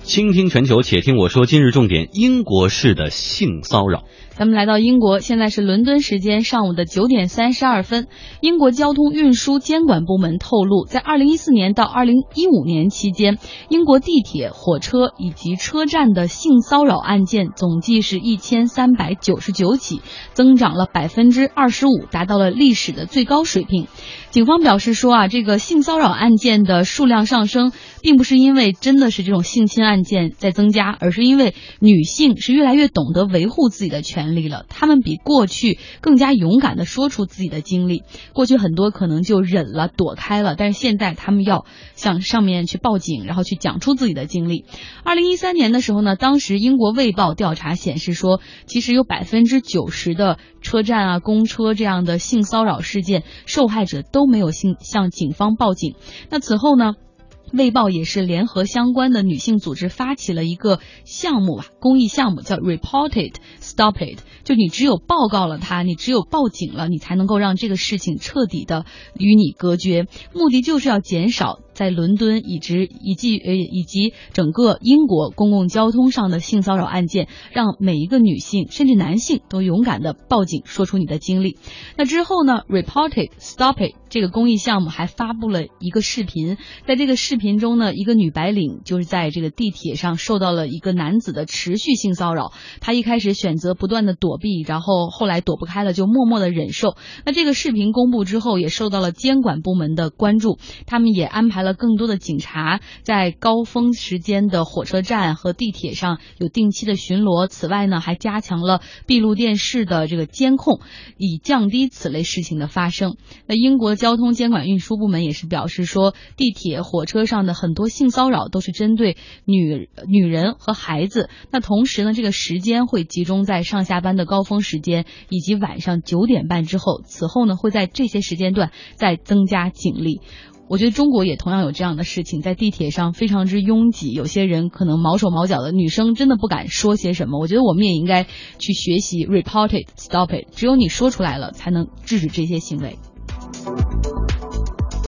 倾听全球，且听我说。今日重点：英国式的性骚扰。 咱们来到英国，现在是伦敦时间上午的9点32分。英国交通运输监管部门透露，在2014年到2015年期间，英国地铁、火车以及车站的性骚扰案件总计是1399起，增长了25%，达到了历史的最高水平。警方表示说这个性骚扰案件的数量上升，并不是因为真的是这种性侵案件在增加，而是因为女性是越来越懂得维护自己的权利了，她们比过去更加勇敢地说出自己的经历。过去很多可能就忍了躲开了，但是现在她们要向上面去报警，然后去讲出自己的经历。2013年的时候呢，当时英国卫报调查显示说，其实有90%的车站公车这样的性骚扰事件，受害者都没有向警方报警。那此后呢，卫报也是联合相关的女性组织发起了一个项目公益项目，叫 Report It, Stop It。 就你只有报告了它，你只有报警了，你才能够让这个事情彻底的与你隔绝。目的就是要减少在伦敦以及整个英国公共交通上的性骚扰案件，让每一个女性甚至男性都勇敢的报警，说出你的经历。那之后呢， Report It, Stop It 这个公益项目还发布了一个视频，在这个视频中呢，一个女白领就是在这个地铁上受到了一个男子的持续性骚扰，她一开始选择不断的躲避，然后后来躲不开了就默默的忍受。那这个视频公布之后，也受到了监管部门的关注，他们也安排了更多的警察在高峰时间的火车站和地铁上有定期的巡逻。此外呢，还加强了闭路电视的这个监控，以降低此类事情的发生。那英国交通监管运输部门也是表示说，地铁、火车上的很多性骚扰都是针对女人和孩子。那同时呢，这个时间会集中在上下班的高峰时间以及晚上9点半之后，此后呢，会在这些时间段再增加警力。我觉得中国也同样有这样的事情，在地铁上非常之拥挤，有些人可能毛手毛脚的，女生真的不敢说些什么。我觉得我们也应该去学习 Report It, Stop It， 只有你说出来了，才能制止这些行为。